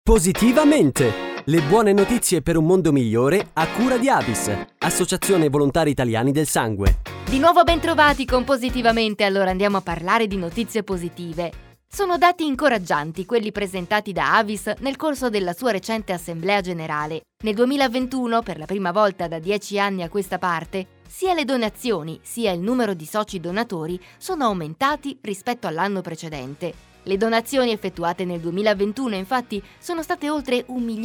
Positivamente! Le buone notizie per un mondo migliore a cura di Avis, Associazione Volontari Italiani del Sangue. Di nuovo ben trovati con Positivamente, allora andiamo a parlare di notizie positive. Sono dati incoraggianti quelli presentati da Avis nel corso della sua recente assemblea generale. Nel 2021, per la prima volta da 10 anni a questa parte, sia le donazioni sia il numero di soci donatori sono aumentati rispetto all'anno precedente. Le donazioni effettuate nel 2021, infatti, sono state oltre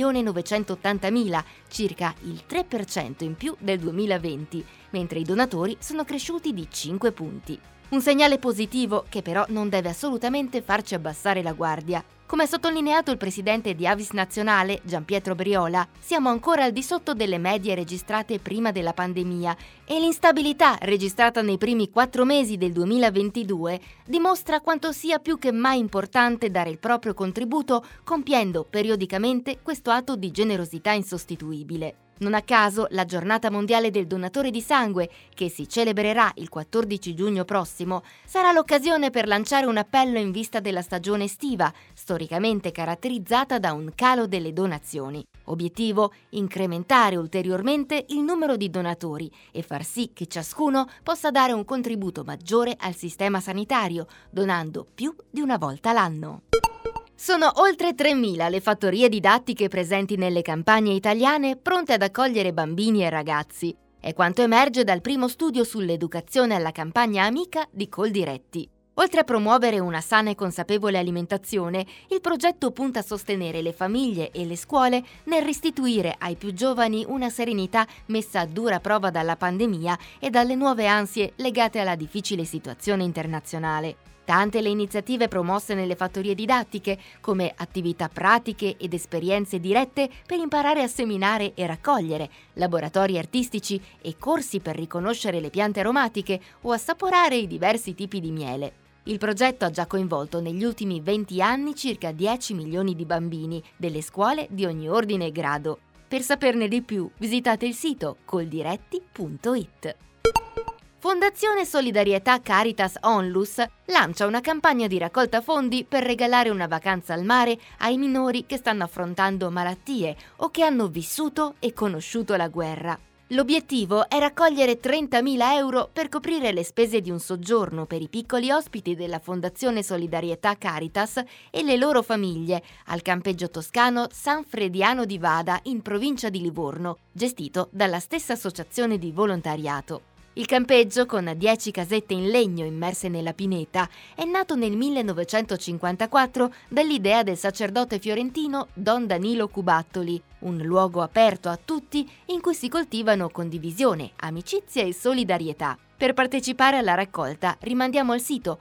1.980.000, circa il 3% in più del 2020, mentre i donatori sono cresciuti di 5 punti. Un segnale positivo che però non deve assolutamente farci abbassare la guardia. Come ha sottolineato il presidente di Avis Nazionale, Gianpietro Briola, siamo ancora al di sotto delle medie registrate prima della pandemia e l'instabilità registrata nei primi 4 mesi del 2022 dimostra quanto sia più che mai importante dare il proprio contributo compiendo periodicamente questo atto di generosità insostituibile. Non a caso, la Giornata Mondiale del Donatore di Sangue, che si celebrerà il 14 giugno prossimo, sarà l'occasione per lanciare un appello in vista della stagione estiva, storicamente caratterizzata da un calo delle donazioni. Obiettivo: incrementare ulteriormente il numero di donatori e far sì che ciascuno possa dare un contributo maggiore al sistema sanitario, donando più di una volta l'anno. Sono oltre 3.000 le fattorie didattiche presenti nelle campagne italiane pronte ad accogliere bambini e ragazzi. È quanto emerge dal primo studio sull'educazione alla campagna amica di Coldiretti. Oltre a promuovere una sana e consapevole alimentazione, il progetto punta a sostenere le famiglie e le scuole nel restituire ai più giovani una serenità messa a dura prova dalla pandemia e dalle nuove ansie legate alla difficile situazione internazionale. Tante le iniziative promosse nelle fattorie didattiche, come attività pratiche ed esperienze dirette per imparare a seminare e raccogliere, laboratori artistici e corsi per riconoscere le piante aromatiche o assaporare i diversi tipi di miele. Il progetto ha già coinvolto negli ultimi 20 anni circa 10 milioni di bambini delle scuole di ogni ordine e grado. Per saperne di più, visitate il sito coldiretti.it. Fondazione Solidarietà Caritas Onlus lancia una campagna di raccolta fondi per regalare una vacanza al mare ai minori che stanno affrontando malattie o che hanno vissuto e conosciuto la guerra. L'obiettivo è raccogliere 30.000 euro per coprire le spese di un soggiorno per i piccoli ospiti della Fondazione Solidarietà Caritas e le loro famiglie al campeggio toscano San Frediano di Vada in provincia di Livorno, gestito dalla stessa associazione di volontariato. Il campeggio, con 10 casette in legno immerse nella pineta, è nato nel 1954 dall'idea del sacerdote fiorentino Don Danilo Cubattoli, un luogo aperto a tutti in cui si coltivano condivisione, amicizia e solidarietà. Per partecipare alla raccolta rimandiamo al sito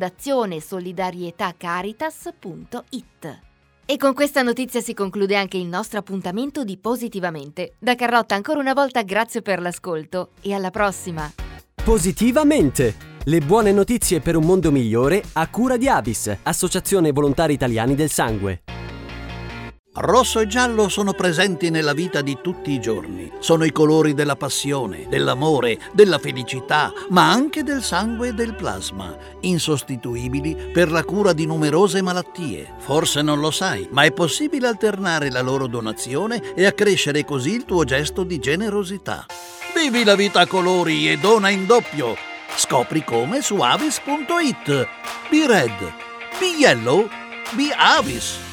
fondazionesolidarietacaritas.it. E con questa notizia si conclude anche il nostro appuntamento di Positivamente. Da Carlotta ancora una volta grazie per l'ascolto e alla prossima! Positivamente! Le buone notizie per un mondo migliore a cura di Avis, Associazione Volontari Italiani del Sangue. Rosso e giallo sono presenti nella vita di tutti i giorni. Sono i colori della passione, dell'amore, della felicità, ma anche del sangue e del plasma, insostituibili per la cura di numerose malattie. Forse non lo sai, ma è possibile alternare la loro donazione e accrescere così il tuo gesto di generosità. Vivi la vita a colori e dona in doppio. Scopri come su avis.it. Be red, be yellow, be Avis.